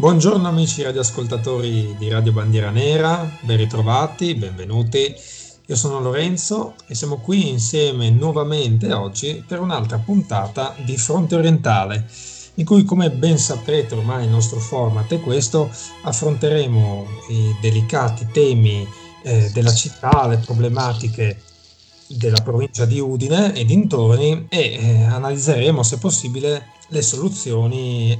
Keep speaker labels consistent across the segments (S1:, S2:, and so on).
S1: Buongiorno amici radioascoltatori di Radio Bandiera Nera, ben ritrovati, benvenuti. Io sono Lorenzo e siamo qui insieme nuovamente oggi per un'altra puntata di Fronte Orientale, in cui, come ben saprete, ormai il nostro format è questo: affronteremo i delicati temi della città, le problematiche della provincia di Udine e dintorni e analizzeremo, se possibile, le soluzioni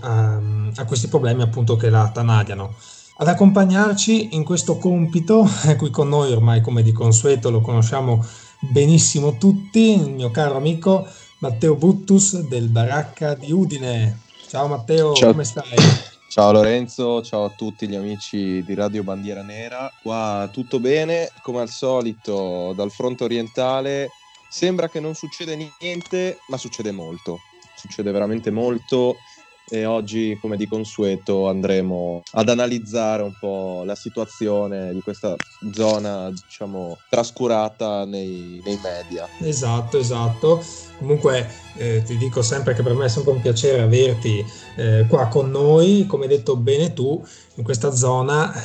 S1: a questi problemi appunto che la attanagliano. Ad accompagnarci in questo compito, qui con noi ormai come di consueto lo conosciamo benissimo tutti, il mio caro amico Matteo Buttus del Baracca di Udine. Ciao Matteo,
S2: Ciao,
S1: come stai?
S2: ciao Lorenzo, ciao a tutti gli amici di Radio Bandiera Nera. Qua tutto bene, come al solito dal fronte orientale. Sembra che non succede niente, ma succede molto. Succede veramente molto e oggi, come di consueto, andremo ad analizzare un po' la situazione di questa zona, diciamo, trascurata nei media.
S1: Esatto, esatto. Comunque ti dico sempre che per me è sempre un piacere averti qua con noi. Come hai detto bene tu, in questa zona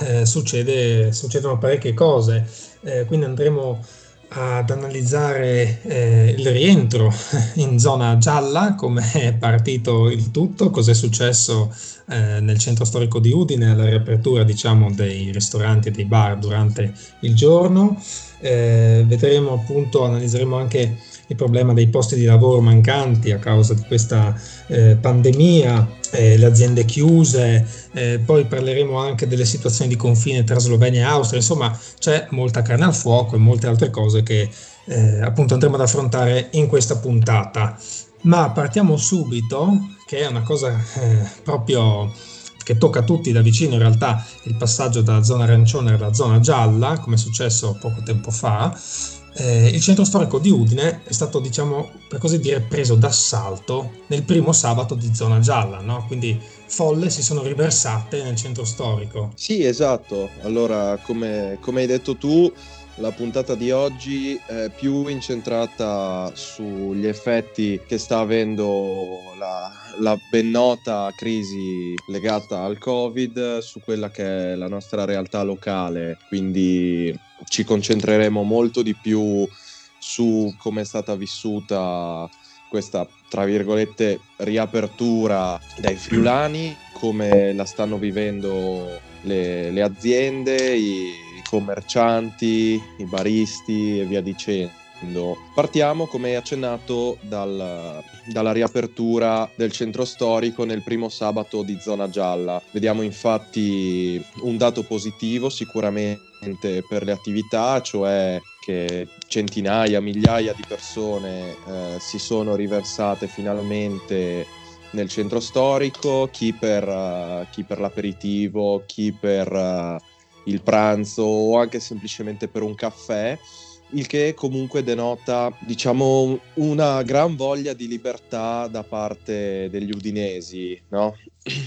S1: succedono parecchie cose. Quindi andremo ad analizzare il rientro in zona gialla, come è partito il tutto, cosa è successo nel centro storico di Udine, alla riapertura, diciamo, dei ristoranti e dei bar durante il giorno. Vedremo appunto, analizzeremo anche il problema dei posti di lavoro mancanti a causa di questa pandemia, le aziende chiuse, poi parleremo anche delle situazioni di confine tra Slovenia e Austria. Insomma, c'è molta carne al fuoco e molte altre cose che appunto andremo ad affrontare in questa puntata. Ma partiamo subito, che è una cosa proprio che tocca a tutti da vicino, in realtà, il passaggio dalla zona arancione alla zona gialla, come è successo poco tempo fa. Il centro storico di Udine è stato, diciamo, per così dire, preso d'assalto nel primo sabato di zona gialla, no? Quindi folle si sono riversate nel centro storico.
S2: Sì, esatto. Allora, come hai detto tu, la puntata di oggi è più incentrata sugli effetti che sta avendo la ben nota crisi legata al Covid, su quella che è la nostra realtà locale. Quindi ci concentreremo molto di più su come è stata vissuta questa, tra virgolette, riapertura dai friulani, come la stanno vivendo le aziende, i commercianti, i baristi e via dicendo. Partiamo, come hai accennato, dalla riapertura del centro storico nel primo sabato di zona gialla. Vediamo infatti un dato positivo sicuramente per le attività, cioè che centinaia, migliaia di persone si sono riversate finalmente nel centro storico, chi per l'aperitivo, chi per il pranzo o anche semplicemente per un caffè, il che comunque denota, diciamo, una gran voglia di libertà da parte degli udinesi, no?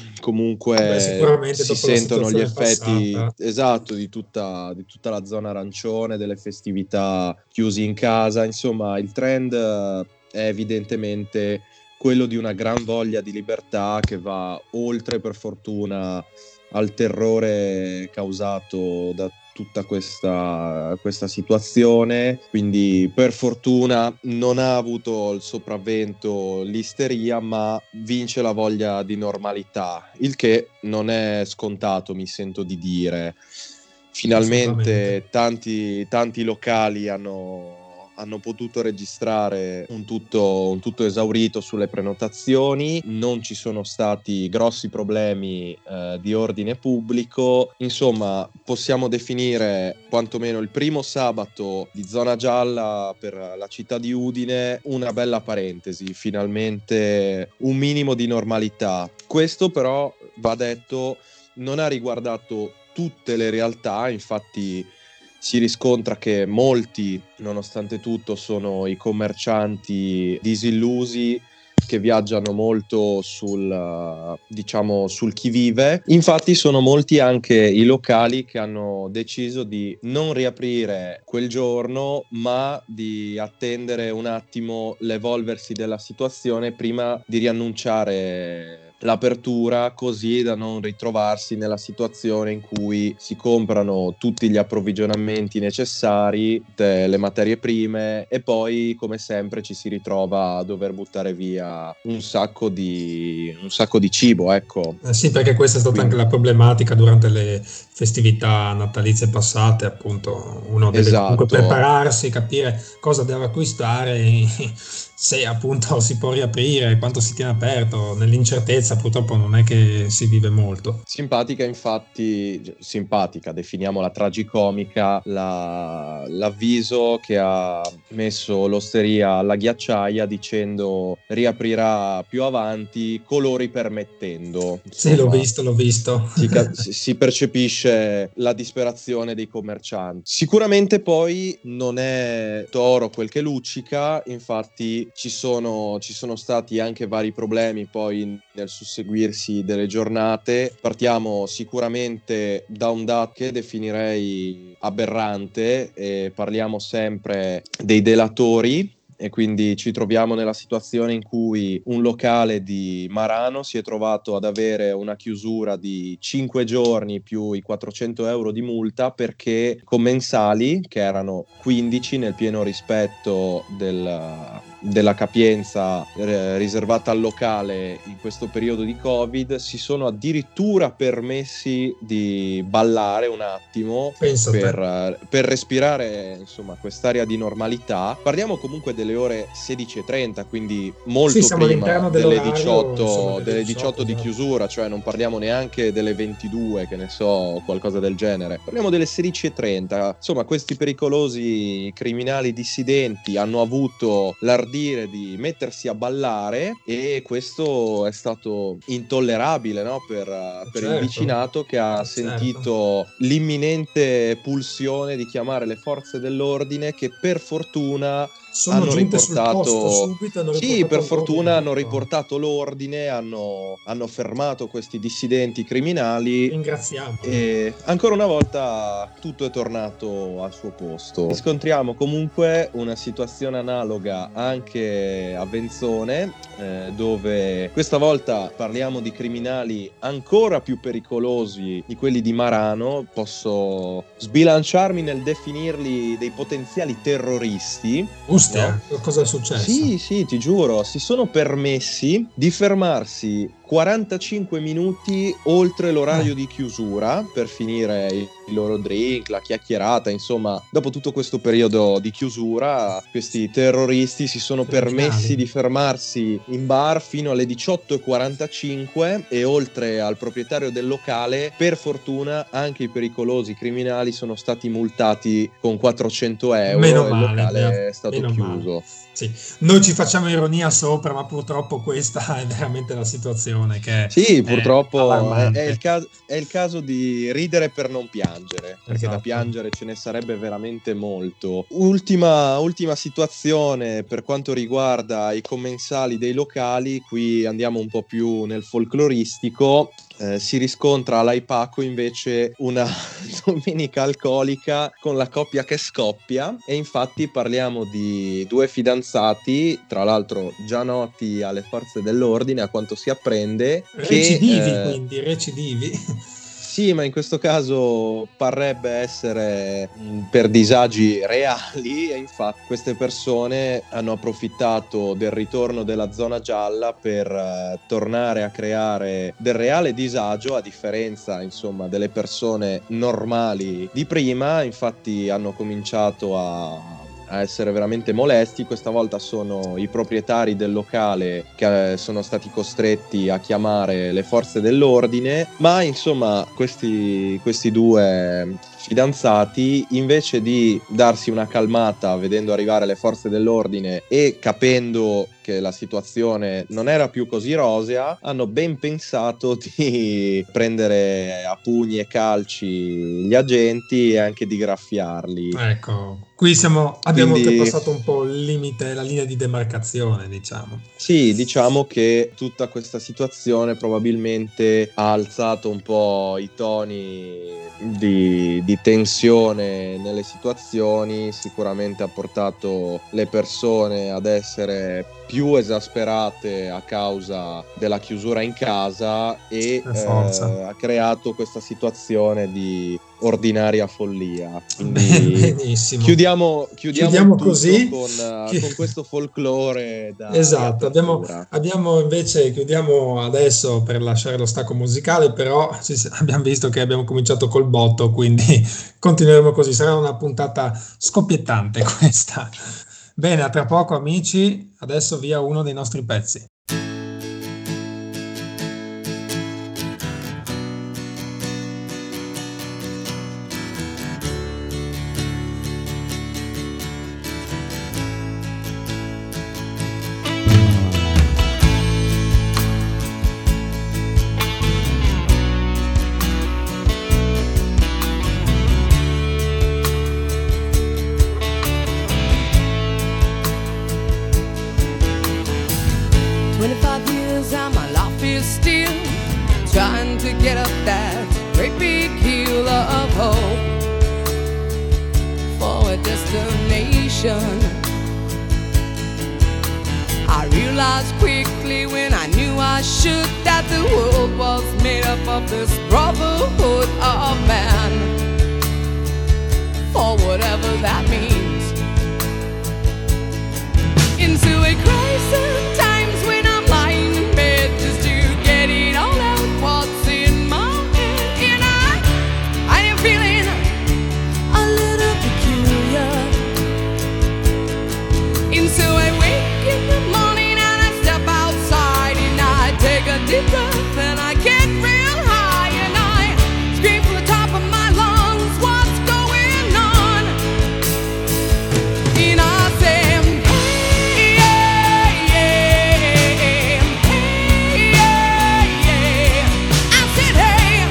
S1: Beh,
S2: Comunque
S1: sicuramente
S2: si
S1: dopo la
S2: sentono gli
S1: situazione
S2: effetti
S1: passata.
S2: esatto di tutta la zona arancione, delle festività chiusi in casa, insomma, il trend è evidentemente quello di una gran voglia di libertà che va oltre, per fortuna, al terrore causato da tutta questa situazione. Quindi per fortuna non ha avuto il sopravvento l'isteria, ma vince la voglia di normalità, il che non è scontato, mi sento di dire.
S1: Assolutamente.
S2: Finalmente tanti locali hanno potuto registrare un tutto esaurito sulle prenotazioni, non ci sono stati grossi problemi di ordine pubblico. Insomma, possiamo definire quantomeno il primo sabato di zona gialla per la città di Udine una bella parentesi, finalmente un minimo di normalità. Questo però, va detto, non ha riguardato tutte le realtà, infatti si riscontra che molti, nonostante tutto, sono i commercianti disillusi che viaggiano molto diciamo, sul chi vive. Infatti sono molti anche i locali che hanno deciso di non riaprire quel giorno, ma di attendere un attimo l'evolversi della situazione prima di riannunciare l'apertura, così da non ritrovarsi nella situazione in cui si comprano tutti gli approvvigionamenti necessari, le materie prime, e poi come sempre ci si ritrova a dover buttare via un sacco di cibo, ecco.
S1: Sì, perché questa è stata anche la problematica durante le festività natalizie passate, appunto, uno deve comunque
S2: Esatto.
S1: prepararsi, capire cosa deve acquistare, se appunto si può riaprire, quanto si tiene aperto, nell'incertezza purtroppo non è che si vive molto.
S2: Simpatica, infatti, simpatica, definiamola tragicomica, l'avviso che ha messo l'osteria alla ghiacciaia dicendo riaprirà più avanti, colori permettendo.
S1: Sì, l'ho
S2: Insomma,
S1: visto, l'ho visto.
S2: si percepisce la disperazione dei commercianti. Sicuramente poi non è toro quel che luccica, infatti ci sono stati anche vari problemi poi nel susseguirsi delle giornate. Partiamo sicuramente da un dato che definirei aberrante, e parliamo sempre dei delatori. E quindi ci troviamo nella situazione in cui un locale di Marano si è trovato ad avere una chiusura di 5 giorni più i 400 euro di multa, perché commensali, che erano 15 nel pieno rispetto della capienza riservata al locale in questo periodo di Covid, si sono addirittura permessi di ballare un attimo
S1: Penso a te.
S2: per respirare, insomma, quest'area di normalità. Parliamo comunque delle ore 16:30, quindi
S1: Sì,
S2: molto
S1: siamo
S2: prima
S1: all'interno
S2: delle
S1: dell'orario, insomma,
S2: 18,
S1: delle
S2: delle
S1: 18,
S2: 18 di
S1: esatto.
S2: chiusura, cioè non parliamo neanche delle 22, che ne so, qualcosa del genere. Parliamo delle 16:30. Insomma, questi pericolosi criminali dissidenti hanno avuto l'ardire di mettersi a ballare, e questo è stato intollerabile, no? Per il
S1: Certo,
S2: vicinato, che ha
S1: certo.
S2: sentito l'imminente pulsione di chiamare le forze dell'ordine, che per fortuna
S1: Sono
S2: hanno
S1: giunte sul posto
S2: riportato.
S1: subito e hanno
S2: Sì,
S1: riportato
S2: per
S1: l'ordine,
S2: fortuna hanno
S1: tutto.
S2: riportato l'ordine, hanno fermato questi dissidenti criminali,
S1: Ringraziamoli.
S2: e ancora una volta tutto è tornato al suo posto. Riscontriamo comunque una situazione analoga anche a Venzone, dove questa volta parliamo di criminali ancora più pericolosi di quelli di Marano. Posso sbilanciarmi nel definirli dei potenziali terroristi, no?
S1: Ustia, cosa è successo?
S2: Sì, sì, ti giuro, si sono permessi di fermarsi 45 minuti oltre l'orario di chiusura per finire il loro drink, la chiacchierata. Insomma, dopo tutto questo periodo di chiusura, questi terroristi si sono permessi
S1: Criminali.
S2: di fermarsi in bar fino alle 18:45, e oltre al proprietario del locale, per fortuna, anche i pericolosi criminali sono stati multati con 400
S1: Meno
S2: euro e il
S1: male,
S2: locale è stato
S1: meno male.
S2: chiuso.
S1: Sì, noi ci facciamo ironia sopra, ma purtroppo questa è veramente la situazione che
S2: Sì,
S1: è
S2: purtroppo
S1: allarmante.
S2: è il caso di ridere per non piangere, perché da
S1: Esatto.
S2: piangere ce ne sarebbe veramente molto. Ultima situazione per quanto riguarda i commensali dei locali, qui andiamo un po' più nel folcloristico. Si riscontra all'Aipaco invece una domenica alcolica con la coppia che scoppia, e infatti parliamo di due fidanzati, tra l'altro già noti alle forze dell'ordine, a quanto si apprende, che
S1: Recidivi, quindi, recidivi.
S2: sì, ma in questo caso parrebbe essere per disagi reali, e infatti queste persone hanno approfittato del ritorno della zona gialla per tornare a creare del reale disagio, a differenza, insomma, delle persone normali di prima. Infatti hanno cominciato a essere veramente molesti. Questa volta sono i proprietari del locale che sono stati costretti a chiamare le forze dell'ordine, ma insomma questi due fidanzati, invece di darsi una calmata vedendo arrivare le forze dell'ordine e capendo che la situazione non era più così rosea, hanno ben pensato di prendere a pugni e calci gli agenti e anche di graffiarli.
S1: Ecco, qui abbiamo
S2: Quindi
S1: oltrepassato un po' il limite, la linea di demarcazione, diciamo.
S2: sì, diciamo che tutta questa situazione probabilmente ha alzato un po' i toni di tensione nelle situazioni, sicuramente ha portato le persone ad essere più esasperate a causa della chiusura in casa e ha creato questa situazione di ordinaria follia. Quindi
S1: benissimo.
S2: Chiudiamo tutto
S1: così
S2: con questo folklore
S1: esatto. Abbiamo invece, chiudiamo adesso per lasciare lo stacco musicale, però abbiamo visto che abbiamo cominciato col botto, quindi continueremo così. Sarà una puntata scoppiettante questa. Bene, a tra poco amici, adesso via uno dei nostri pezzi.
S3: I realized quickly when I knew I should that the world was made up of this brotherhood of man, for whatever that means. Into a crisis times when I'm lying in bed just to get it all out what's in my head, and I am feeling a little peculiar. And so I wake in the morning and I step outside and I take a deep breath and I get real high and I scream from the top of my lungs, what's going on? And I say, hey, yeah, yeah, hey, yeah, yeah. I said, hey,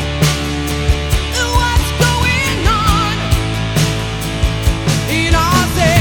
S3: what's going on? And I say,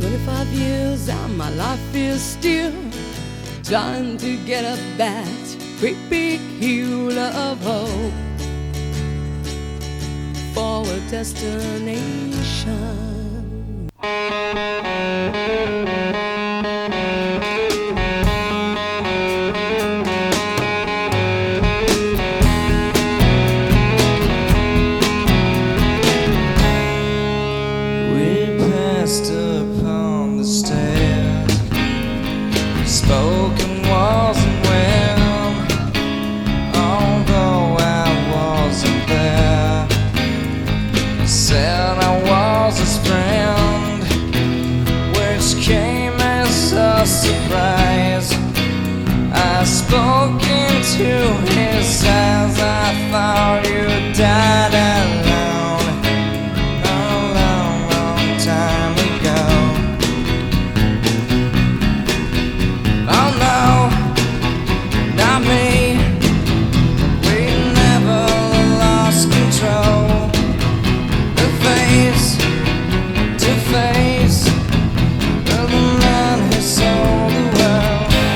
S3: 25 years and my life is still trying to get up that great big hill of hope for a destination.
S4: Spoke into his eyes, I thought you died alone a long, long time ago. Oh no, not me, we never lost control. The face to face of the man who sold the world.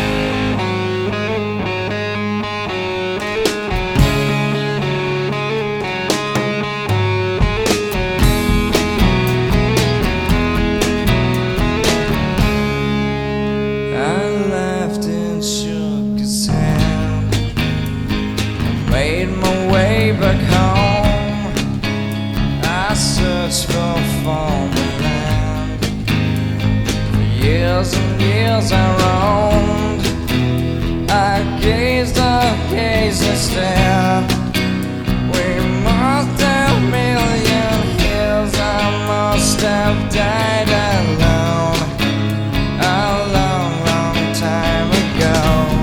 S4: Back home, I searched for former land. For years and years I roamed, I gazed and stared. We must have million years, I must have died alone a long, long time ago.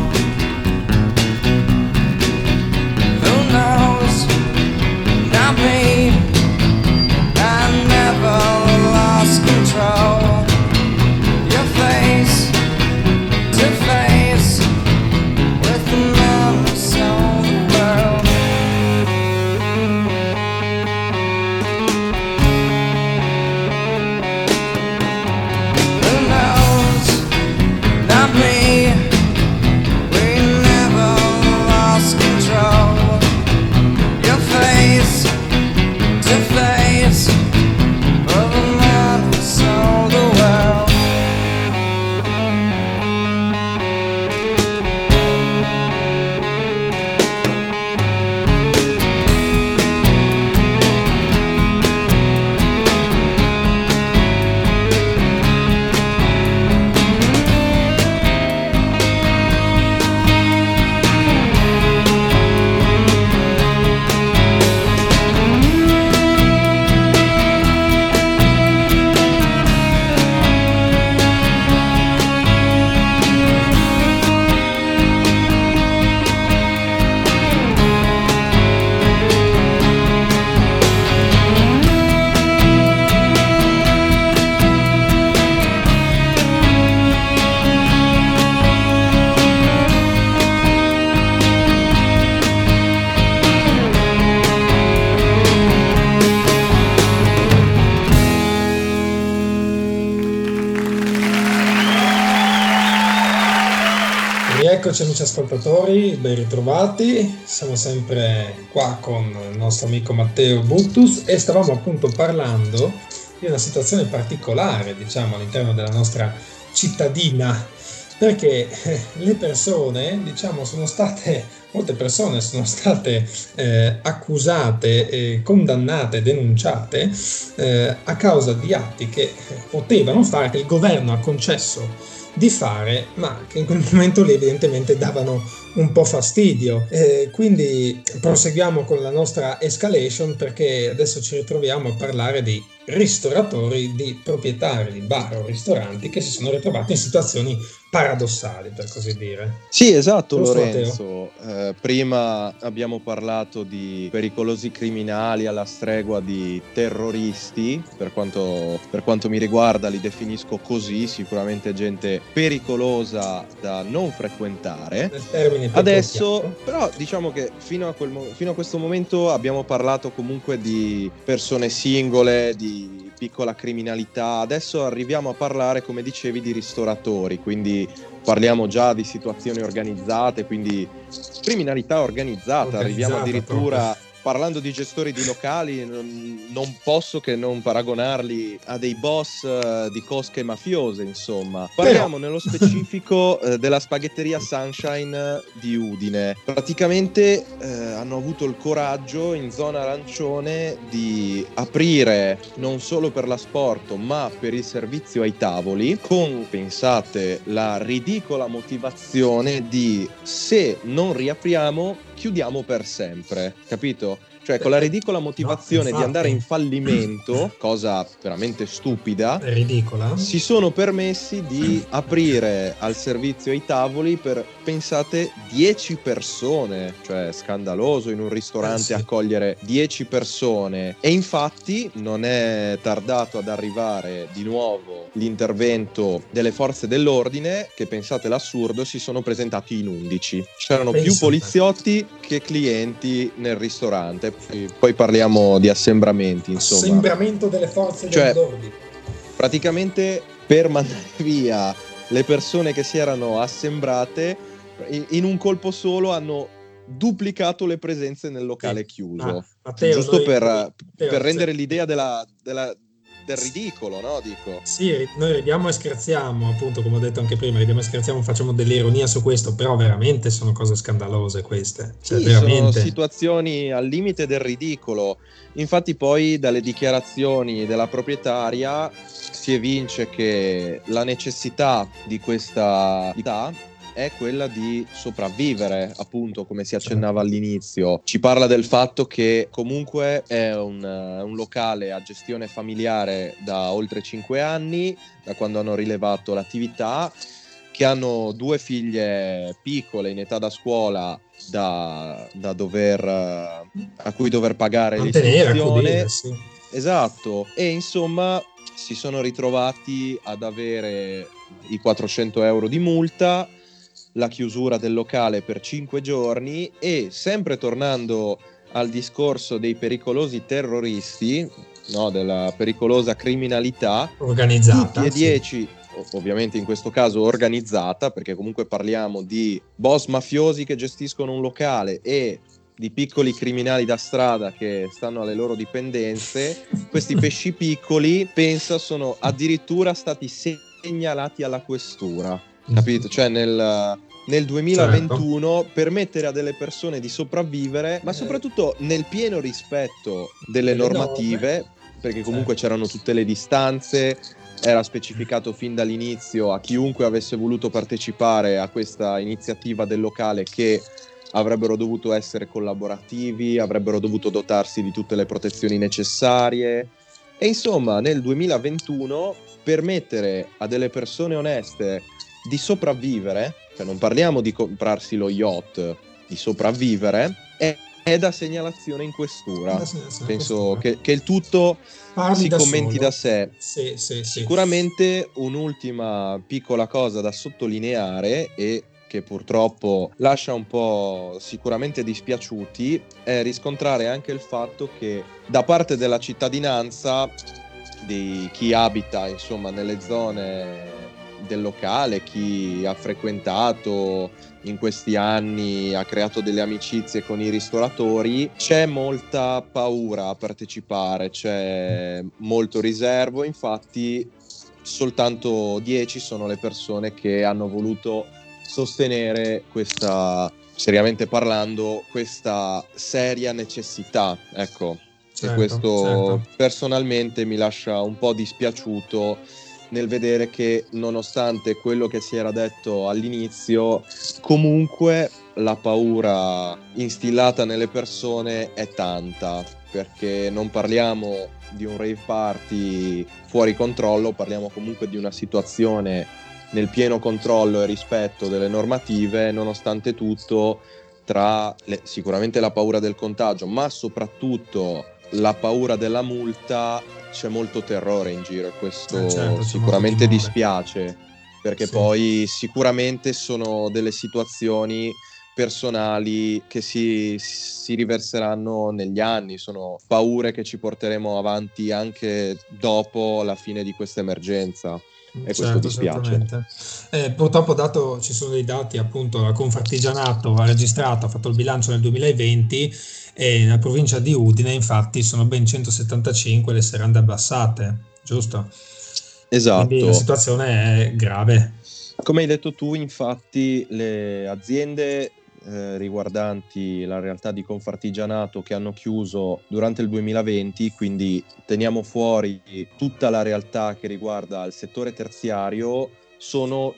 S4: Who knows? Not me, I never lost control. Your face to face with the man who sold the world. Who knows? Not me, we never lost control. Your face to face of the man who sold the world.
S1: Rieccoci amici ascoltatori, ben ritrovati, siamo sempre qua con il nostro amico Matteo Buttus e stavamo appunto parlando di una situazione particolare, diciamo, all'interno della nostra cittadina, perché le persone, diciamo, molte persone sono state accusate, condannate, denunciate a causa di atti che potevano fare, che il governo ha concesso di fare, ma che in quel momento lì evidentemente davano un po' fastidio. Quindi proseguiamo con la nostra escalation, perché adesso ci ritroviamo a parlare di ristoratori, di proprietari di bar o ristoranti che si sono ritrovati in situazioni paradossali, per così dire.
S2: Sì, esatto,
S1: Giusto,
S2: Lorenzo. Prima abbiamo parlato di pericolosi criminali alla stregua di terroristi. Per quanto mi riguarda li definisco così, sicuramente gente pericolosa da non frequentare.
S1: Nel termine più
S2: Adesso,
S1: appropriato.
S2: però, diciamo che fino a questo momento abbiamo parlato comunque di persone singole, di piccola criminalità. Adesso arriviamo a parlare, come dicevi, di ristoratori, quindi parliamo già di situazioni organizzate, quindi criminalità organizzata. Arriviamo addirittura
S1: proprio.
S2: parlando di gestori di locali, non posso che non paragonarli a dei boss di cosche mafiose, insomma. Parliamo nello specifico della spaghetteria Sunshine di Udine. Praticamente hanno avuto il coraggio in zona arancione di aprire non solo per l'asporto ma per il servizio ai tavoli, con, pensate, la ridicola motivazione di: se non riapriamo chiudiamo per sempre, capito? Cioè, con la ridicola motivazione di andare in fallimento, cosa veramente stupida,
S1: È ridicola.
S2: si sono permessi di aprire al servizio ai tavoli per, pensate, 10 persone. Cioè, scandaloso in un ristorante
S1: Sì.
S2: accogliere 10 persone. E infatti non è tardato ad arrivare di nuovo l'intervento delle forze dell'ordine, che, pensate l'assurdo, si sono presentati in 11. C'erano più
S1: Pensate.
S2: poliziotti che clienti nel ristorante. Poi parliamo di assembramenti, insomma.
S1: Assembramento delle forze
S2: Cioè,
S1: dell'ordine.
S2: Praticamente, per mandare via le persone che si erano assembrate, in un colpo solo hanno duplicato le presenze nel locale chiuso.
S1: Matteo,
S2: Giusto
S1: noi-
S2: per
S1: Matteo,
S2: rendere
S1: cioè-
S2: l'idea del ridicolo, no? Dico.
S1: Sì, noi ridiamo e scherziamo, appunto, come ho detto anche prima, ridiamo e scherziamo, facciamo dell'ironia su questo, però veramente sono cose scandalose queste. Cioè,
S2: Sì, sono
S1: veramente.
S2: situazioni al limite del ridicolo. Infatti poi dalle dichiarazioni della proprietaria si evince che la necessità di questa attività è quella di sopravvivere, appunto, come si accennava all'inizio. Ci parla del fatto che comunque è un locale a gestione familiare da oltre 5 anni, da quando hanno rilevato l'attività, che hanno 2 figlie piccole in età da scuola a cui dover pagare
S1: Mantenere,
S2: l'istruzione.
S1: accudire, sì.
S2: Esatto, e insomma si sono ritrovati ad avere i 400 euro di multa, la chiusura del locale per 5 giorni e, sempre tornando al discorso dei pericolosi terroristi, no, della pericolosa criminalità,
S1: Organizzata.
S2: tutti e
S1: sì.
S2: 10, ovviamente in questo caso organizzata, perché comunque parliamo di boss mafiosi che gestiscono un locale e di piccoli criminali da strada che stanno alle loro dipendenze, questi pesci piccoli, pensa, sono addirittura stati segnalati alla questura, capito? Cioè nel 2021 permettere a delle persone di sopravvivere, ma soprattutto nel pieno rispetto delle
S1: Delle
S2: normative, perché comunque c'erano tutte le distanze, era specificato fin dall'inizio a chiunque avesse voluto partecipare a questa iniziativa del locale che avrebbero dovuto essere collaborativi, avrebbero dovuto dotarsi di tutte le protezioni necessarie. E insomma, nel 2021 permettere a delle persone oneste di sopravvivere, cioè non parliamo di comprarsi lo yacht, di sopravvivere, è da segnalazione in questura. Penso che il tutto si commenti da sé.
S1: Sì.
S2: Sicuramente un'ultima piccola cosa da sottolineare e che purtroppo lascia un po' sicuramente dispiaciuti è riscontrare anche il fatto che da parte della cittadinanza, di chi abita insomma nelle zone del locale, chi ha frequentato in questi anni, ha creato delle amicizie con i ristoratori, c'è molta paura a partecipare, c'è molto riservo. Infatti soltanto 10 sono le persone che hanno voluto sostenere questa, seriamente parlando, questa seria necessità, ecco. E questo personalmente mi lascia un po' dispiaciuto nel vedere che, nonostante quello che si era detto all'inizio, comunque la paura instillata nelle persone è tanta, perché non parliamo di un rave party fuori controllo, parliamo comunque di una situazione nel pieno controllo e rispetto delle normative. Nonostante tutto, tra sicuramente la paura del contagio, ma soprattutto la paura della multa, c'è molto terrore in giro, e questo sicuramente dispiace, perché poi sicuramente sono delle situazioni personali che si riverseranno negli anni, sono paure che ci porteremo avanti anche dopo la fine di questa emergenza. E questo dispiace.
S1: Certamente. Purtroppo ci sono dei dati, appunto, la Confartigianato ha registrato, ha fatto il bilancio nel 2020 e nella provincia di Udine infatti sono ben 175 le serrande abbassate, giusto? Quindi la
S2: Esatto.
S1: situazione è grave.
S2: Come hai detto tu, infatti, le aziende riguardanti la realtà di Confartigianato che hanno chiuso durante il 2020, quindi teniamo fuori tutta la realtà che riguarda il settore terziario, sono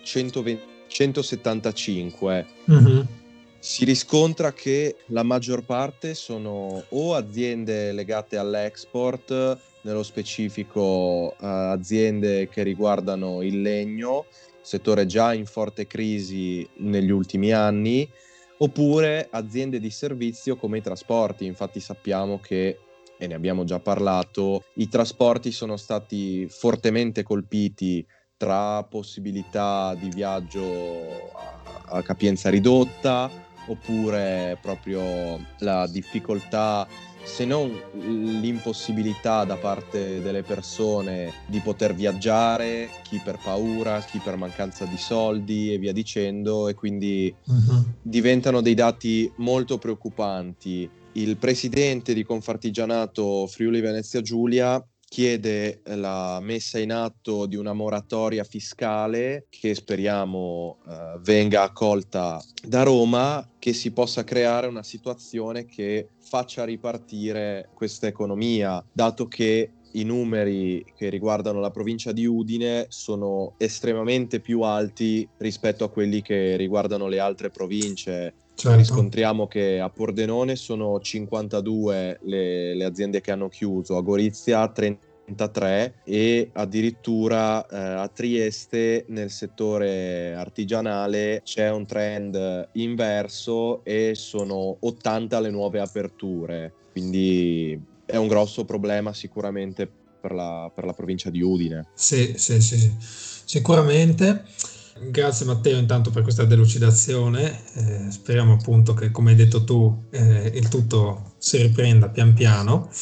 S2: 175.
S1: Mhm.
S2: Si riscontra che la maggior parte sono o aziende legate all'export, nello specifico aziende che riguardano il legno, settore già in forte crisi negli ultimi anni, oppure aziende di servizio come i trasporti. Infatti sappiamo che, e ne abbiamo già parlato, i trasporti sono stati fortemente colpiti tra possibilità di viaggio a capienza ridotta, oppure proprio la difficoltà, se non l'impossibilità da parte delle persone di poter viaggiare, chi per paura, chi per mancanza di soldi e via dicendo, e quindi diventano dei dati molto preoccupanti. Il presidente di Confartigianato Friuli Venezia Giulia chiede la messa in atto di una moratoria fiscale che speriamo venga accolta da Roma, che si possa creare una situazione che faccia ripartire questa economia, dato che i numeri che riguardano la provincia di Udine sono estremamente più alti rispetto a quelli che riguardano le altre province.
S1: Certo.
S2: Riscontriamo che a Pordenone sono 52 le aziende che hanno chiuso, a Gorizia 33 e addirittura a Trieste nel settore artigianale c'è un trend inverso e sono 80 le nuove aperture. Quindi è un grosso problema sicuramente per la provincia di Udine.
S1: Sì, sicuramente. Grazie Matteo intanto per questa delucidazione, speriamo appunto che, come hai detto tu, il tutto si riprenda pian piano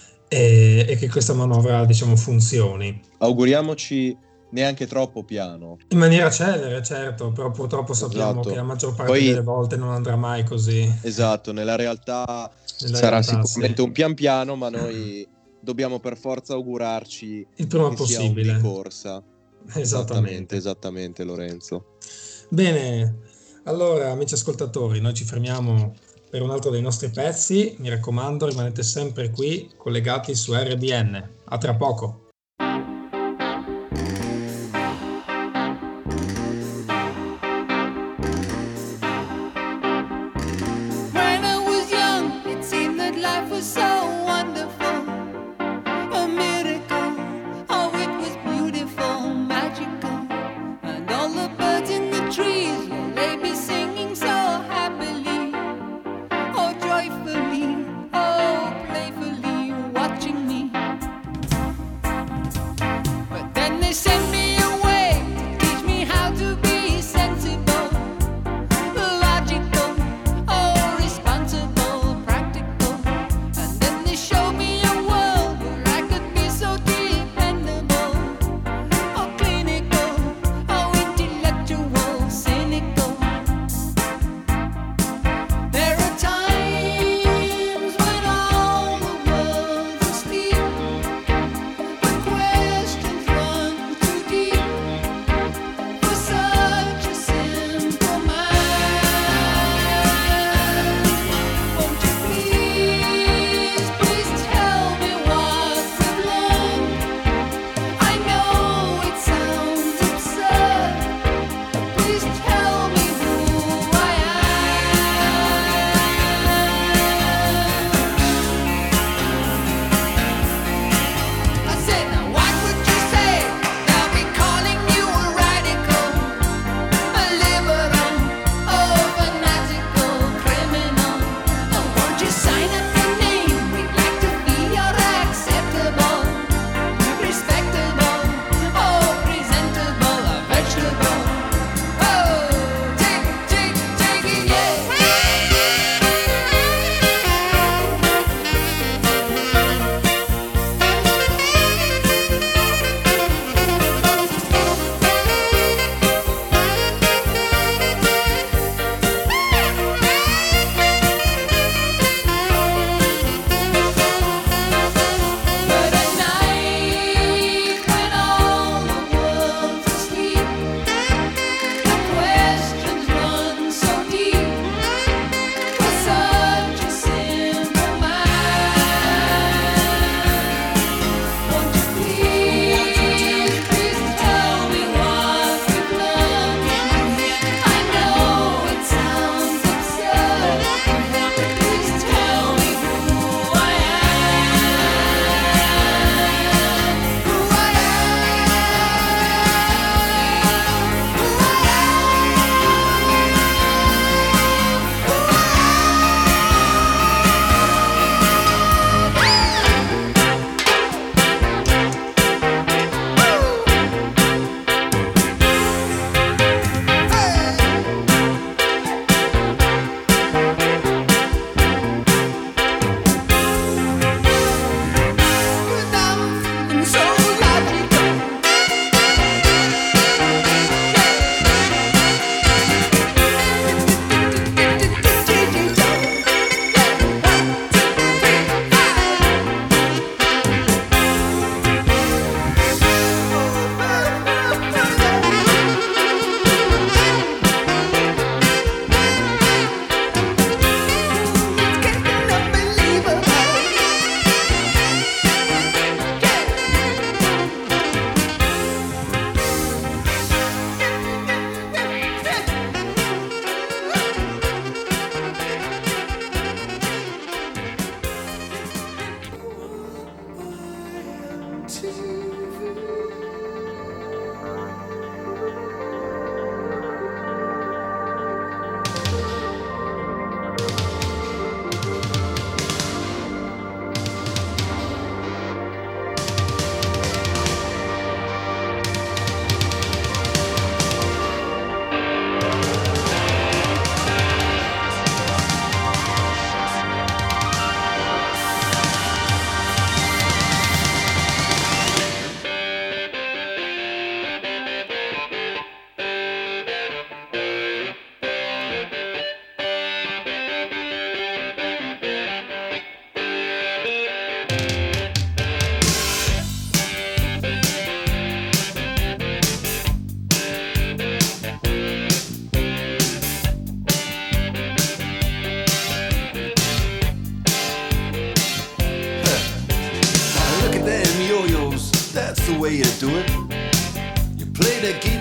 S1: e che questa manovra, diciamo, funzioni.
S2: Auguriamoci neanche troppo piano.
S1: In maniera celere, certo, però purtroppo sappiamo
S2: Esatto.
S1: che la maggior parte
S2: Poi,
S1: delle volte non andrà mai così.
S2: esatto, nella realtà
S1: Nella
S2: sarà
S1: realtà,
S2: sicuramente
S1: sì.
S2: un pian piano, ma noi dobbiamo per forza augurarci
S1: Il prima
S2: che sia un di
S1: possibile.
S2: corsa. Esattamente Lorenzo.
S1: Bene, allora amici ascoltatori, noi ci fermiamo per un altro dei nostri pezzi. Mi raccomando, rimanete sempre qui collegati su RBN. A tra poco.
S3: When I was young, it seemed that life was so wonderful, a miracle. Oh, it was beautiful, magical, and all the birds in the trees, well, they be singing so happily, oh, joyfully, oh, playfully, watching me.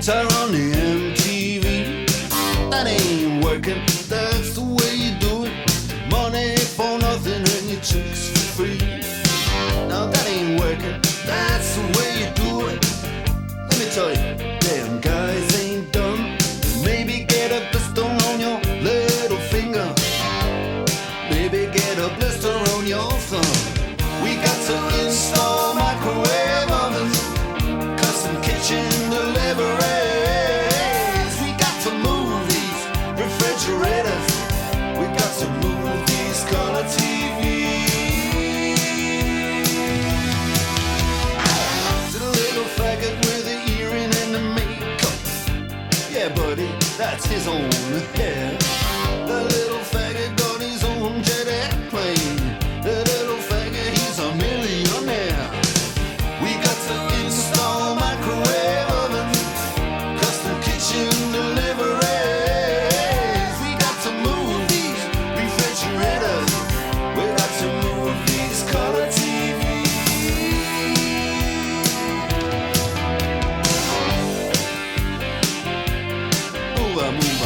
S5: guitar on the MTV. That ain't working, that's the way you do it. Money for nothing and your chicks for free. Now that ain't working, that's the way you do it. Let me tell you, damn guys ain't dumb. Maybe get a blister on your little finger. Maybe get a blister on your thumb. We got to install microwave ovens, custom kitchen deliveries. We got to move these refrigerators. We got to move these color TVs. To the little faggot with the earring and the makeup. Yeah, buddy, that's his own hair. The little faggot got his own jet airplane. The little faggot, he's a millionaire. We got to install microwave ovens, custom kitchen deliveries. We got to move these refrigerators. We got to move these color TVs. Move on, move on.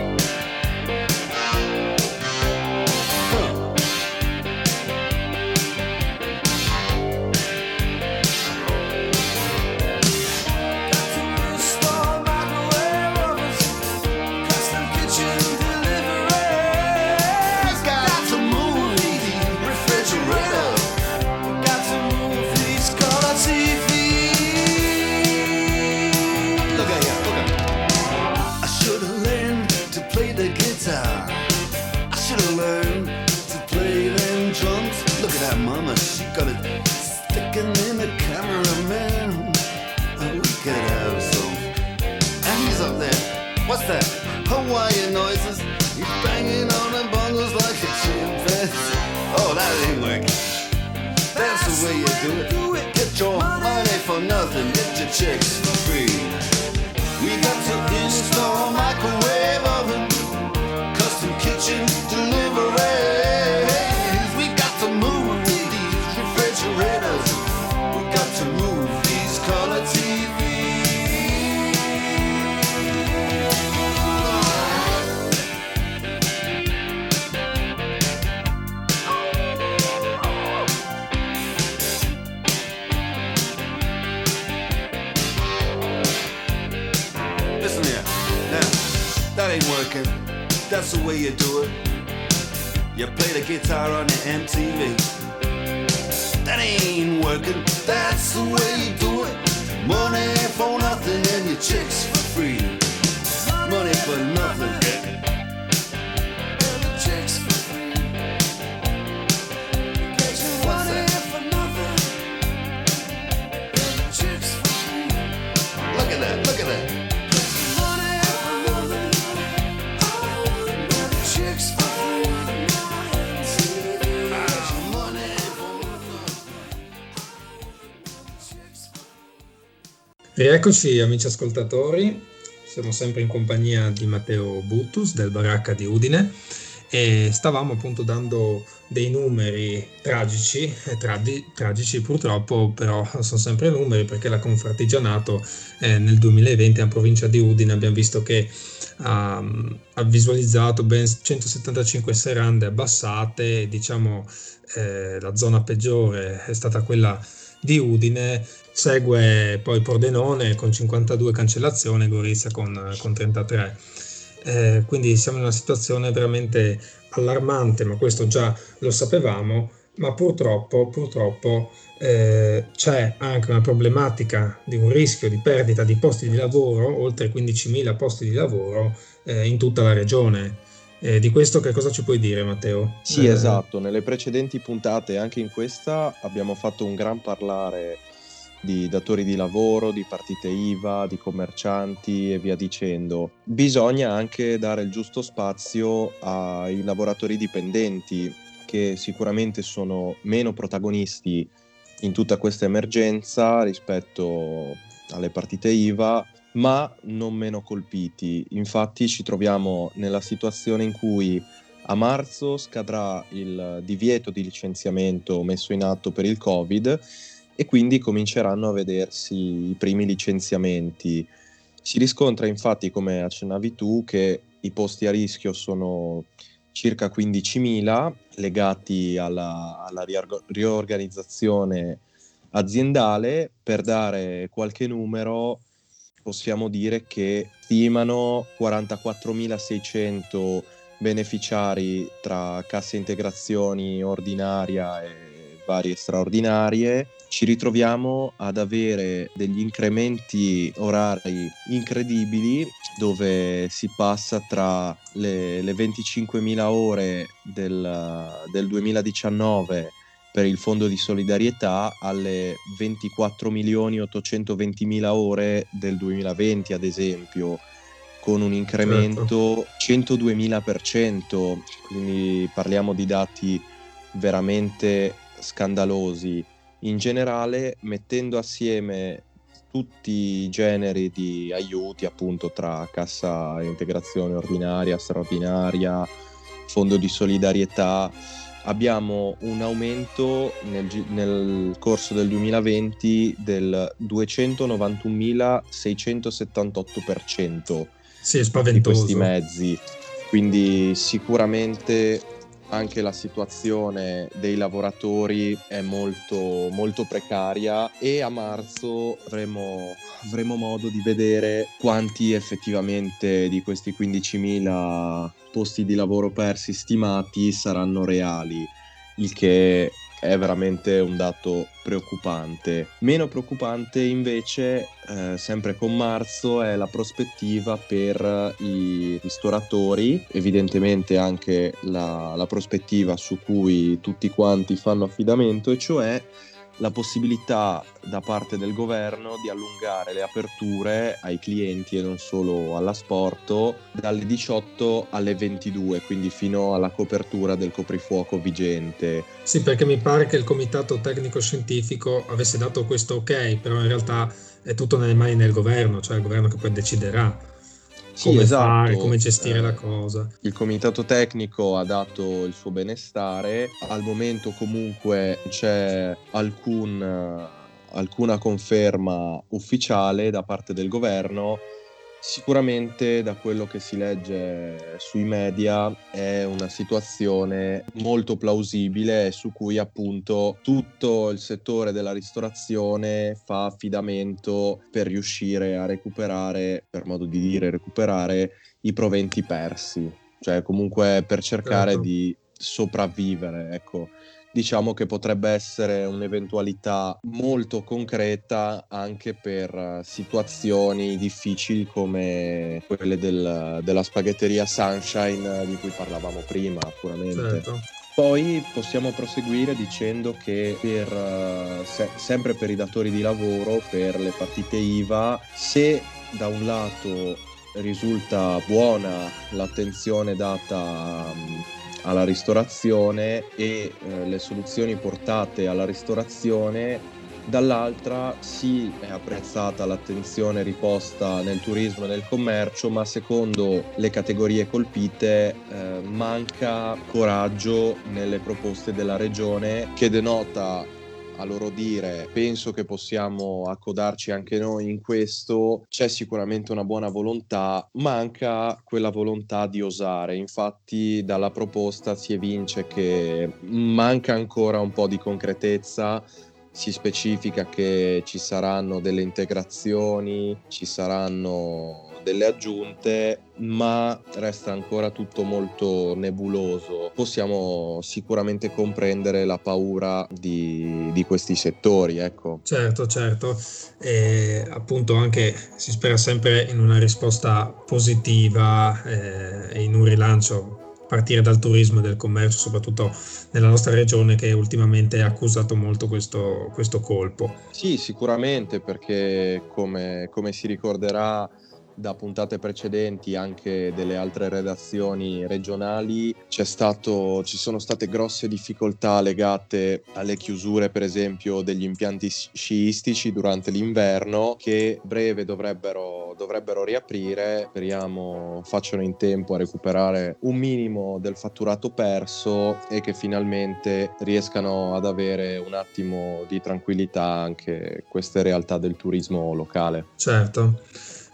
S5: Mama, she got it sticking in the cameraman. We could have some. And he's up there. What's that? Hawaiian noises. He's banging on the bongos like a chimpanzee. Oh, that ain't working. That's the way you do it. Get your money for nothing. Get your chicks for free. We got to install microwave oven, custom kitchen deliveries. We got to move these refrigerators. We got to move these color TVs. Listen here, now, that ain't working. That's the way you do it. You play the guitar on the MTV. That ain't working. That's the way you do it. Money for nothing and your chicks for free. Money for nothing and your chicks for free. What's that? Look at that, look at that.
S1: Rieccoci amici ascoltatori, siamo sempre in compagnia di Matteo Buttus del Baracca di Udine e stavamo appunto dando dei numeri tragici, tragici purtroppo, però sono sempre numeri perché la Confartigianato nel 2020 in provincia di Udine abbiamo visto che ha visualizzato ben 175 serrande abbassate, diciamo la zona peggiore è stata quella di Udine, segue poi Pordenone con 52 cancellazioni e Gorizia con 33. Quindi siamo in una situazione veramente allarmante, ma questo già lo sapevamo, ma purtroppo c'è anche una problematica di un rischio di perdita di posti di lavoro, oltre 15.000 posti di lavoro in tutta la regione. Di questo che cosa ci puoi dire, Matteo?
S2: Sì, esatto, nelle precedenti puntate e anche in questa abbiamo fatto un gran parlare di datori di lavoro, di partite IVA, di commercianti e via dicendo. Bisogna anche dare il giusto spazio ai lavoratori dipendenti, che sicuramente sono meno protagonisti in tutta questa emergenza rispetto alle partite IVA, ma non meno colpiti. Infatti ci troviamo nella situazione in cui a marzo scadrà il divieto di licenziamento messo in atto per il Covid e quindi cominceranno a vedersi i primi licenziamenti Si riscontra infatti, come accennavi tu, che i posti a rischio sono circa 15.000 legati alla riorganizzazione aziendale. Per dare qualche numero, possiamo dire che stimano 44.600 beneficiari tra cassa integrazioni ordinaria e varie straordinarie. Ci ritroviamo ad avere degli incrementi orari incredibili, dove si passa tra le 25.000 ore del 2019 per il fondo di solidarietà alle 24.820.000 ore del 2020, ad esempio, con un incremento 102.000%, quindi parliamo di dati veramente scandalosi. In generale, mettendo assieme tutti i generi di aiuti, appunto, tra cassa integrazione ordinaria, straordinaria, fondo di solidarietà, abbiamo un aumento nel corso del 2020 del 291.678%
S1: Sì, è
S2: di questi
S1: spaventoso.
S2: mezzi. Quindi sicuramente anche la situazione dei lavoratori è molto, molto precaria, e a marzo avremo modo di vedere quanti effettivamente di questi 15.000 posti di lavoro persi stimati saranno reali, il che è veramente un dato preoccupante. Meno preoccupante invece, sempre con marzo, è la prospettiva per i ristoratori, evidentemente anche la prospettiva su cui tutti quanti fanno affidamento, e cioè la possibilità da parte del governo di allungare le aperture ai clienti e non solo all'asporto dalle 18 alle 22, quindi fino alla copertura del coprifuoco vigente.
S1: Sì, perché mi pare che il comitato tecnico scientifico avesse dato questo ok, però in realtà è tutto nelle mani del governo, cioè il governo che poi deciderà
S2: Sì,
S1: come fare,
S2: esatto.
S1: come gestire la cosa.
S2: Il comitato tecnico ha dato il suo benestare. Al momento comunque c'è alcuna conferma ufficiale da parte del governo. Sicuramente, da quello che si legge sui media, è una situazione molto plausibile, su cui appunto tutto il settore della ristorazione fa affidamento per riuscire a recuperare, per modo di dire, recuperare i proventi persi, cioè comunque per cercare
S1: Certo.
S2: di sopravvivere, ecco. Diciamo che potrebbe essere un'eventualità molto concreta anche per situazioni difficili come quelle della spaghetteria Sunshine di cui parlavamo prima, puramente.
S1: Certo.
S2: Poi possiamo proseguire dicendo che sempre per i datori di lavoro, per le partite IVA, se da un lato risulta buona l'attenzione data alla ristorazione e le soluzioni portate alla ristorazione, dall'altra sì, è apprezzata l'attenzione riposta nel turismo e nel commercio, ma secondo le categorie colpite manca coraggio nelle proposte della regione, che denota, a loro dire, penso che possiamo accodarci anche noi in questo. C'è sicuramente una buona volontà, manca quella volontà di osare. Infatti dalla proposta si evince che manca ancora un po' di concretezza. Si specifica che ci saranno delle integrazioni, ci saranno delle aggiunte, ma resta ancora tutto molto nebuloso. Possiamo sicuramente comprendere la paura di questi settori, ecco.
S1: Certo, certo, e appunto anche si spera sempre in una risposta positiva e in un rilancio a partire dal turismo e del commercio, soprattutto nella nostra regione che ultimamente ha accusato molto questo colpo.
S2: Sì, sicuramente, perché come si ricorderà da puntate precedenti, anche delle altre redazioni regionali, ci sono state grosse difficoltà legate alle chiusure, per esempio, degli impianti sciistici durante l'inverno, che a breve dovrebbero riaprire. Speriamo facciano in tempo a recuperare un minimo del fatturato perso e che finalmente riescano ad avere un attimo di tranquillità anche queste realtà del turismo locale.
S1: Certo.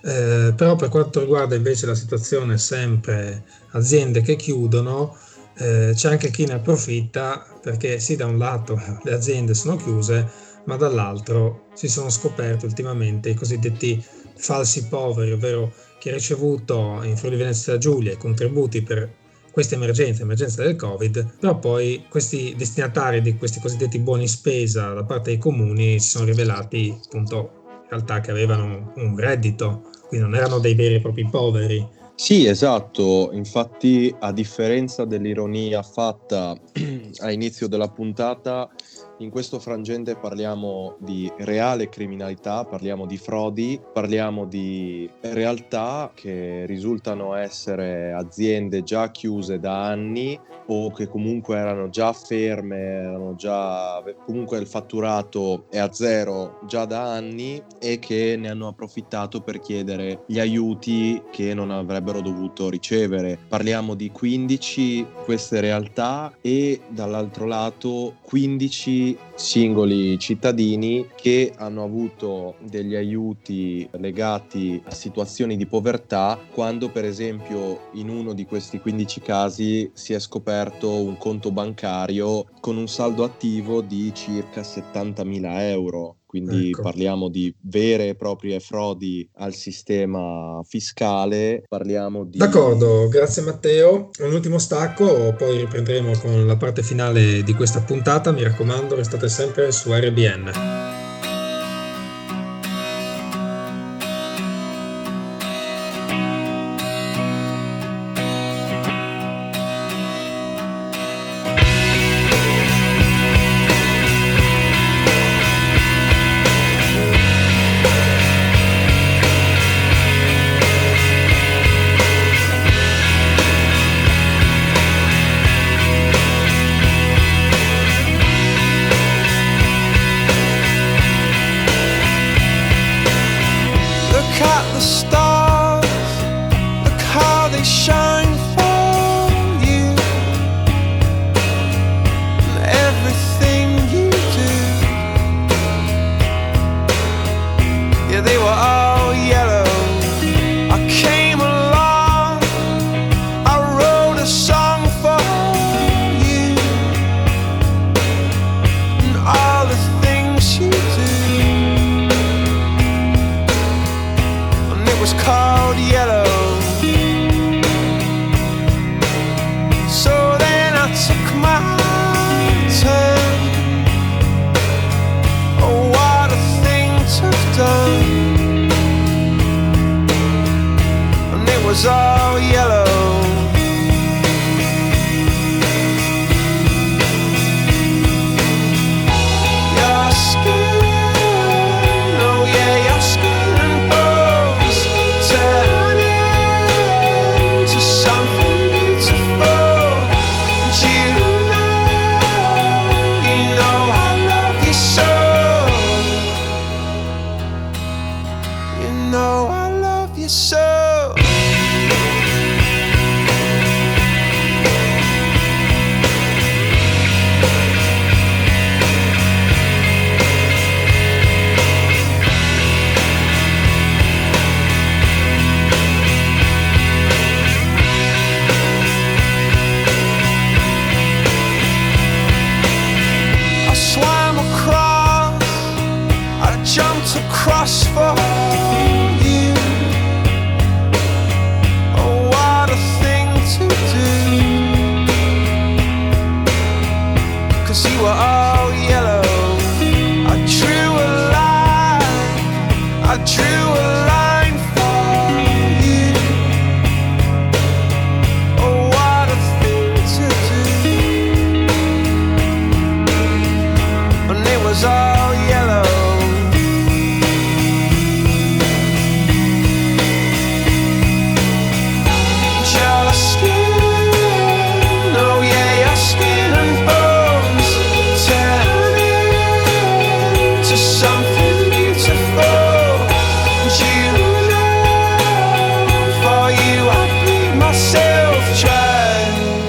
S1: Però per quanto riguarda invece la situazione sempre aziende che chiudono, c'è anche chi ne approfitta perché sì, da un lato le aziende sono chiuse, ma dall'altro si sono scoperti ultimamente i cosiddetti falsi poveri, ovvero chi ha ricevuto in Friuli Venezia Giulia i contributi per questa emergenza del Covid, però poi questi destinatari di questi cosiddetti buoni spesa da parte dei comuni si sono rivelati appunto in realtà che avevano un reddito, quindi non erano dei veri e propri poveri.
S2: Sì, esatto, infatti a differenza dell'ironia fatta a inizio della puntata, in questo frangente parliamo di reale criminalità, parliamo di frodi, parliamo di realtà che risultano essere aziende già chiuse da anni o che comunque erano già ferme, comunque il fatturato è a zero già da anni e che ne hanno approfittato per chiedere gli aiuti che non avrebbero dovuto ricevere. Parliamo di 15 queste realtà e dall'altro lato 15 singoli cittadini che hanno avuto degli aiuti legati a situazioni di povertà, quando per esempio in uno di questi 15 casi si è scoperto un conto bancario con un saldo attivo di circa 70.000 euro. Quindi
S1: Ecco.
S2: Parliamo di vere e proprie frodi al sistema fiscale, parliamo di...
S1: D'accordo, grazie Matteo. Un ultimo stacco, poi riprenderemo con la parte finale di questa puntata. Mi raccomando, restate sempre su RBN.
S4: Look at the stars, look how they shine for you, and everything you do. Yeah, they were all yellow. I came along, I wrote a song for you, and all the things you do. Was called yellow. So then I took my turn. Oh, what a thing to have done. And it was all yellow. Your skin, oh yeah, your skin and bones turn into something beautiful. And you know I love you so. You know I love you so. I swam across, I jumped across for you. Oh, what a thing to do. 'Cause you were all yellow. I drew a line for you. Oh, what a thing to do. And it was all yellow. Your skin, oh yeah, your skin and bones turn into something beautiful. And you know, for you I bleed myself dry.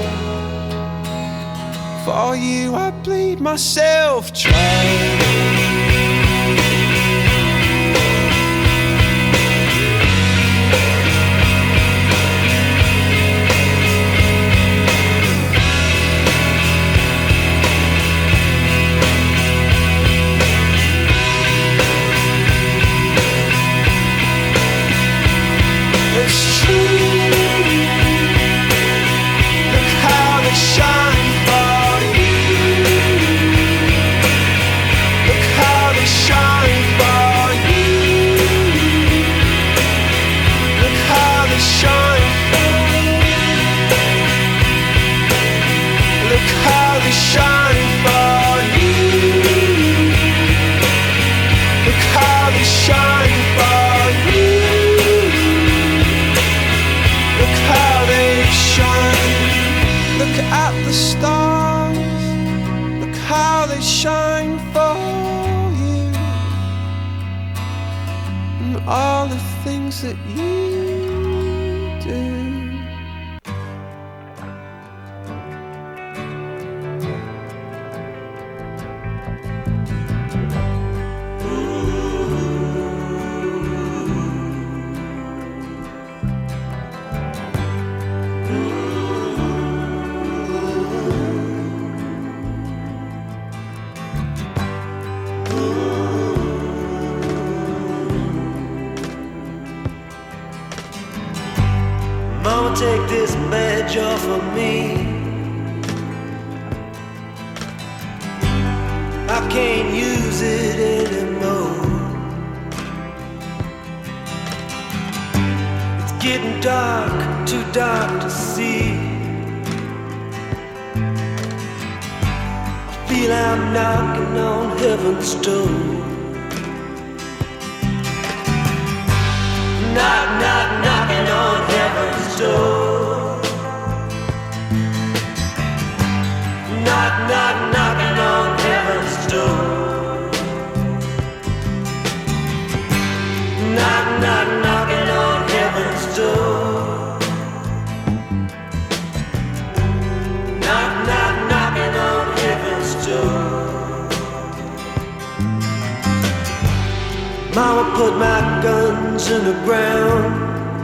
S4: For you I bleed myself dry. It's true. Look how they shine for you. Look how they shine for you. Look how they shine for you. Look how they shine for you. Look how they shine for you. Look how they shine. Look at the stars. Look how they shine for you. And all the things that you do.
S6: Mama, take this badge off of me. I can't use it anymore. It's getting dark, too dark to see. I feel I'm knocking on heaven's door. Knock, knock, knocking on heaven's door. Knock, knock, knocking on heaven's door. Knock, knock, knocking on heaven's door. Knock, knock, knocking on heaven's door. Mama put my guns in the ground.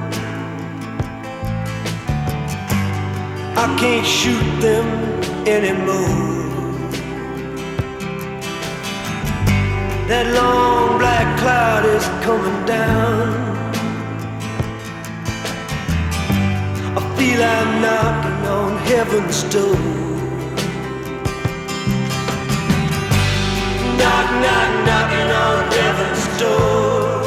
S6: I can't shoot them anymore. That long black cloud is coming down. I feel I'm knocking on heaven's door. Knock, knock, knocking on heaven's door.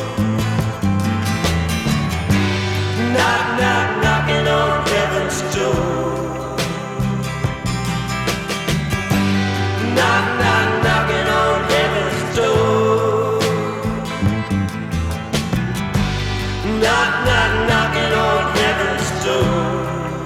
S6: Knock, knock, knocking on heaven's door. Knock, knock, knocking on heaven's door. Knock, knock, knocking on heaven's door.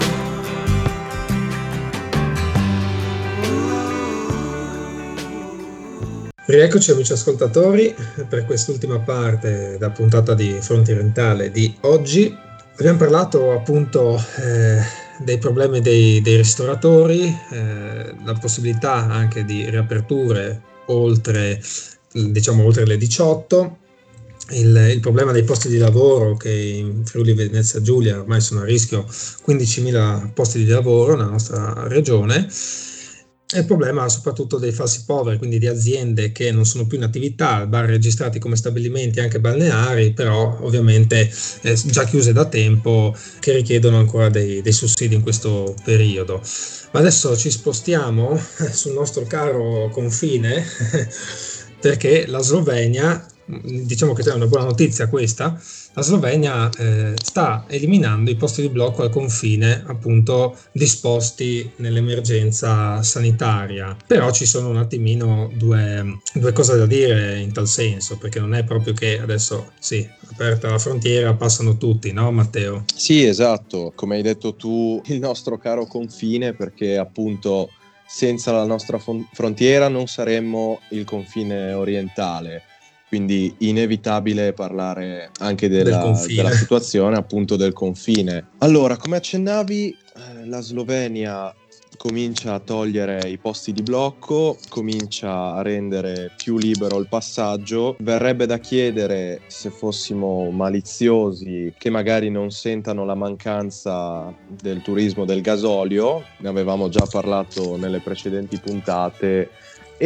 S1: Rieccoci amici ascoltatori per quest'ultima parte della puntata di Fronte Orientale di oggi. Abbiamo parlato appunto dei problemi dei ristoratori, la possibilità anche di riaperture oltre le 18, il problema dei posti di lavoro che in Friuli Venezia Giulia ormai sono a rischio 15.000 posti di lavoro nella nostra regione. E il problema soprattutto dei falsi poveri, quindi di aziende che non sono più in attività, bar registrati come stabilimenti anche balneari, però ovviamente già chiuse da tempo, che richiedono ancora dei sussidi in questo periodo. Ma adesso ci spostiamo sul nostro caro confine perché la Slovenia, diciamo che c'è una buona notizia questa, la Slovenia sta eliminando i posti di blocco al confine appunto disposti nell'emergenza sanitaria, però ci sono un attimino due cose da dire in tal senso, perché non è proprio che adesso sì, aperta la frontiera passano tutti, no Matteo?
S2: Sì, esatto, come hai detto tu, il nostro caro confine, perché appunto senza la nostra frontiera non saremmo il confine orientale. Quindi inevitabile parlare anche della situazione appunto del confine. Allora, come accennavi, la Slovenia comincia a togliere i posti di blocco, comincia a rendere più libero il passaggio. Verrebbe da chiedere, se fossimo maliziosi, che magari non sentano la mancanza del turismo del gasolio, ne avevamo già parlato nelle precedenti puntate, e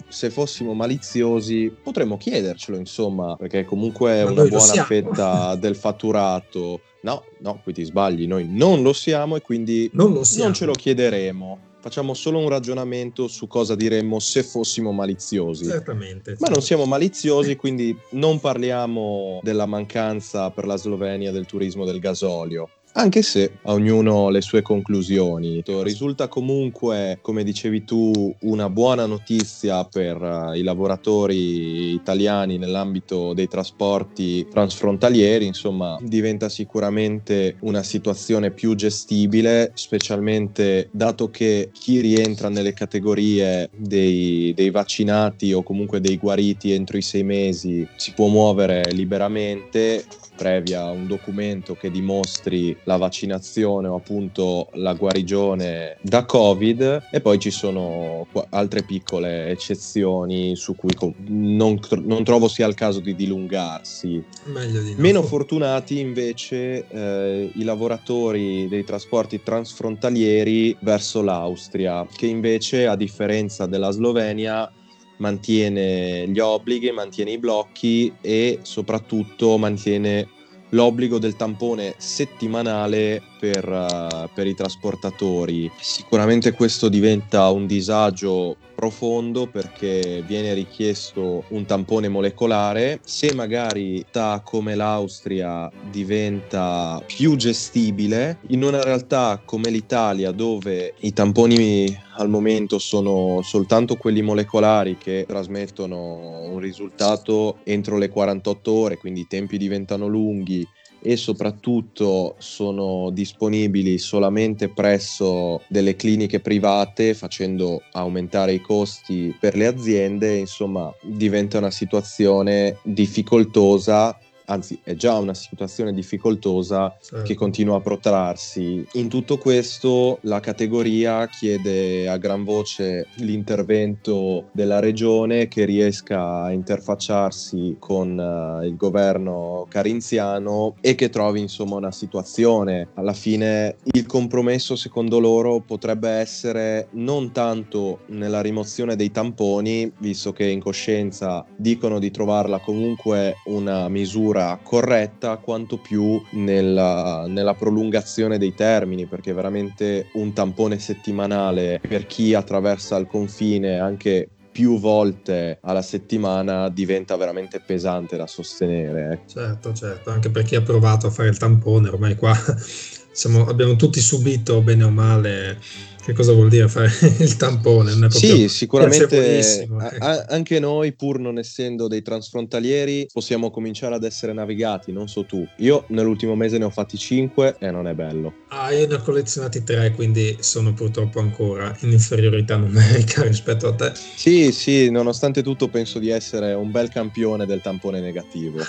S2: se fossimo maliziosi potremmo chiedercelo, insomma, perché comunque è
S1: Ma
S2: una
S1: noi lo
S2: buona
S1: siamo.
S2: fetta del fatturato. No, qui ti sbagli, noi non lo siamo e quindi
S1: Non lo siamo.
S2: non ce lo chiederemo. Facciamo solo un ragionamento su cosa diremmo se fossimo maliziosi.
S1: Certamente.
S2: Ma non siamo maliziosi, quindi non parliamo della mancanza per la Slovenia del turismo del gasolio. Anche se a ognuno le sue conclusioni. Risulta comunque, come dicevi tu, una buona notizia per i lavoratori italiani nell'ambito dei trasporti transfrontalieri. Insomma, diventa sicuramente una situazione più gestibile, specialmente dato che chi rientra nelle categorie dei vaccinati o comunque dei guariti entro i 6 mesi si può muovere liberamente, previa un documento che dimostri la vaccinazione o appunto la guarigione da Covid, e poi ci sono altre piccole eccezioni su cui non trovo sia il caso di dilungarsi.
S1: Meglio di no.
S2: Meno fortunati invece i lavoratori dei trasporti transfrontalieri verso l'Austria, che invece, a differenza della Slovenia, mantiene gli obblighi, mantiene i blocchi e soprattutto mantiene l'obbligo del tampone settimanale per i trasportatori. Sicuramente questo diventa un disagio profondo perché viene richiesto un tampone molecolare. Se magari come l'Austria diventa più gestibile, in una realtà come l'Italia, dove i tamponi al momento sono soltanto quelli molecolari che trasmettono un risultato entro le 48 ore, quindi i tempi diventano lunghi e soprattutto sono disponibili solamente presso delle cliniche private, facendo aumentare i costi per le aziende. Insomma, diventa una situazione difficoltosa, anzi è già una situazione difficoltosa,
S1: Certo.
S2: che continua a protrarsi. In tutto questo la categoria chiede a gran voce l'intervento della regione, che riesca a interfacciarsi con il governo carinziano e che trovi insomma una situazione. Alla fine il compromesso, secondo loro, potrebbe essere non tanto nella rimozione dei tamponi, visto che in coscienza dicono di trovarla comunque una misura corretta, quanto più nella prolungazione dei termini, perché veramente un tampone settimanale per chi attraversa il confine anche più volte alla settimana diventa veramente pesante da sostenere.
S1: Certo, anche per chi ha provato a fare il tampone, ormai qua abbiamo tutti subito, bene o male, che cosa vuol dire fare il tampone. Non è proprio
S2: Sì, sicuramente
S1: piacevolissimo.
S2: anche noi, pur non essendo dei transfrontalieri, possiamo cominciare ad essere navigati, non so tu. Io nell'ultimo mese ne ho fatti 5 e non è bello.
S1: Io ne ho collezionati 3, quindi sono purtroppo ancora in inferiorità numerica rispetto a te.
S2: Sì, nonostante tutto penso di essere un bel campione del tampone negativo.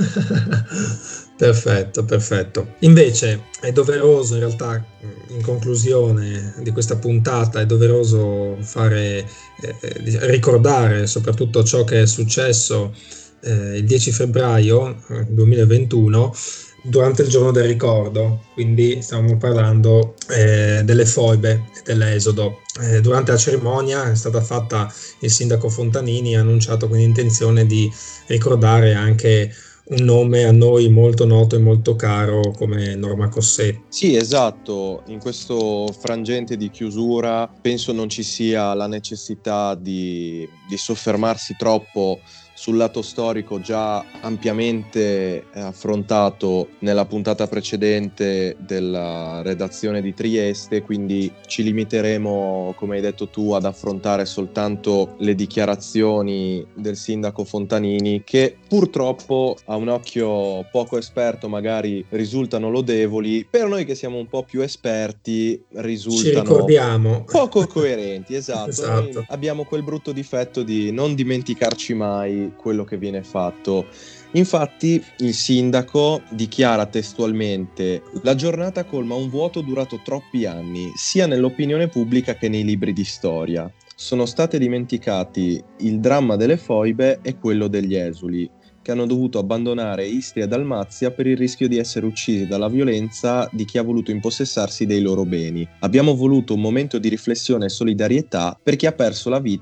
S1: Perfetto. Invece è doveroso, in realtà, in conclusione di questa puntata, è doveroso ricordare soprattutto ciò che è successo il 10 febbraio 2021 durante il giorno del ricordo. Quindi stiamo parlando delle foibe e dell'esodo. Durante la cerimonia è stata fatta, il sindaco Fontanini ha annunciato quindi intenzione di ricordare anche un nome a noi molto noto e molto caro come Norma Cossetti.
S2: Sì, esatto. In questo frangente di chiusura penso non ci sia la necessità di soffermarsi troppo sul lato storico già ampiamente affrontato nella puntata precedente della redazione di Trieste, quindi ci limiteremo, come hai detto tu, ad affrontare soltanto le dichiarazioni del sindaco Fontanini, che purtroppo a un occhio poco esperto magari risultano lodevoli, per noi che siamo un po' più esperti risultano
S1: Ci ricordiamo.
S2: poco coerenti. Esatto.
S1: Esatto.
S2: Noi abbiamo quel brutto difetto di non dimenticarci mai quello che viene fatto. Infatti il sindaco dichiara testualmente: la giornata colma un vuoto durato troppi anni, sia nell'opinione pubblica che nei libri di storia. Sono state dimenticati il dramma delle foibe e quello degli esuli, che hanno dovuto abbandonare Istria e Dalmazia per il rischio di essere uccisi dalla violenza di chi ha voluto impossessarsi dei loro beni. Abbiamo voluto un momento di riflessione e solidarietà per chi ha perso la vita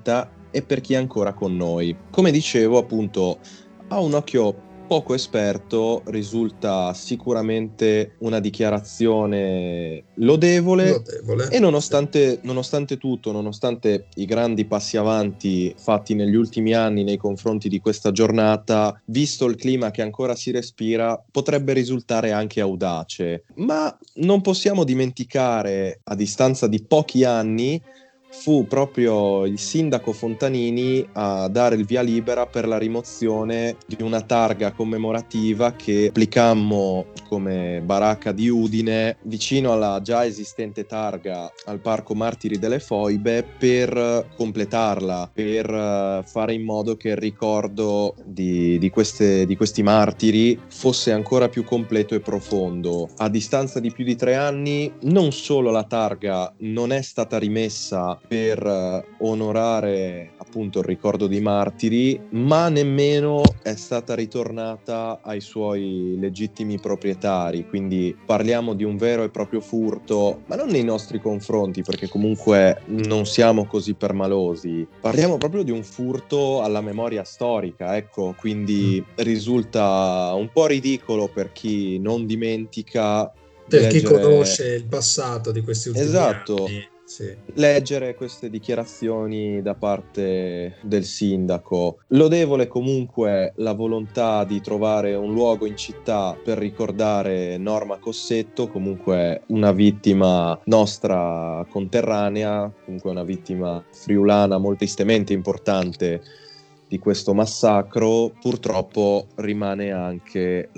S2: e per chi è ancora con noi. Come dicevo, appunto, a un occhio poco esperto risulta sicuramente una dichiarazione lodevole. E nonostante tutto, nonostante i grandi passi avanti fatti negli ultimi anni nei confronti di questa giornata, visto il clima che ancora si respira, potrebbe risultare anche audace. Ma non possiamo dimenticare, a distanza di pochi anni, fu proprio il sindaco Fontanini a dare il via libera per la rimozione di una targa commemorativa che applicammo come baracca di Udine vicino alla già esistente targa al Parco Martiri delle Foibe, per completarla, per fare in modo che il ricordo di questi martiri fosse ancora più completo e profondo. A distanza di più di 3 anni, non solo la targa non è stata rimessa per onorare appunto il ricordo dei martiri, ma nemmeno è stata ritornata ai suoi legittimi proprietari. Quindi parliamo di un vero e proprio furto, ma non nei nostri confronti, perché comunque non siamo così permalosi. Parliamo proprio di un furto alla memoria storica, ecco. Quindi risulta un po' ridicolo per chi non dimentica,
S1: per chi conosce il passato di questi ultimi
S2: esatto,
S1: anni. Sì.
S2: Leggere queste dichiarazioni da parte del sindaco. Lodevole comunque la volontà di trovare un luogo in città per ricordare Norma Cossetto, comunque una vittima nostra conterranea, comunque una vittima friulana molto tristemente importante di questo massacro. Purtroppo rimane anche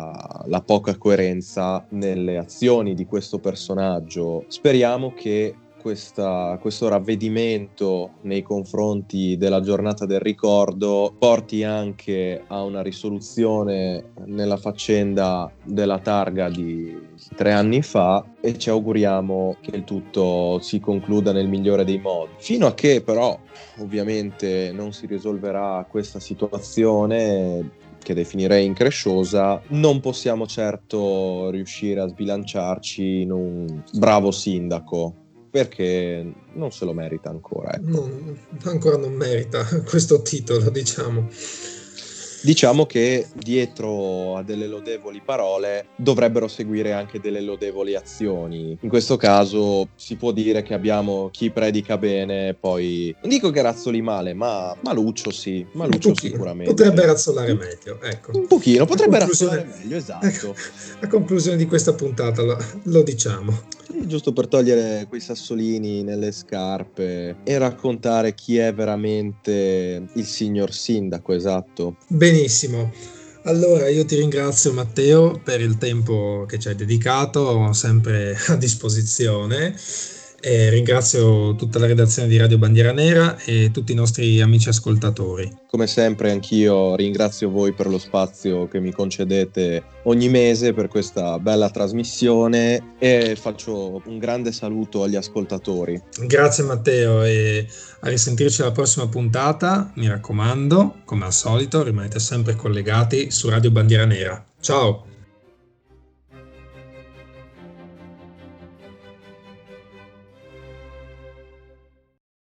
S2: la poca coerenza nelle azioni di questo personaggio. Speriamo che questo ravvedimento nei confronti della giornata del ricordo porti anche a una risoluzione nella faccenda della targa di 3 anni fa, e ci auguriamo che il tutto si concluda nel migliore dei modi. Fino a che però ovviamente non si risolverà questa situazione, che definirei incresciosa, non possiamo certo riuscire a sbilanciarci in un bravo sindaco, perché non se lo merita ancora, ecco.
S1: Ancora non merita questo titolo, diciamo.
S2: Diciamo che dietro a delle lodevoli parole dovrebbero seguire anche delle lodevoli azioni. In questo caso si può dire che abbiamo chi predica bene, poi non dico che razzoli male, ma Maluccio sì, Maluccio sicuramente.
S1: Potrebbe razzolare meglio, ecco.
S2: Un pochino, potrebbe razzolare meglio, esatto.
S1: Ecco, a conclusione di questa puntata lo diciamo.
S2: Giusto per togliere quei sassolini nelle scarpe e raccontare chi è veramente il signor sindaco, esatto.
S1: Benissimo. Allora io ti ringrazio, Matteo, per il tempo che ci hai dedicato, sempre a disposizione. E ringrazio tutta la redazione di Radio Bandiera Nera e tutti i nostri amici ascoltatori.
S2: Come sempre anch'io ringrazio voi per lo spazio che mi concedete ogni mese per questa bella trasmissione, e faccio un grande saluto agli ascoltatori.
S1: Grazie Matteo, e a risentirci alla prossima puntata. Mi raccomando, come al solito, rimanete sempre collegati su Radio Bandiera Nera. Ciao!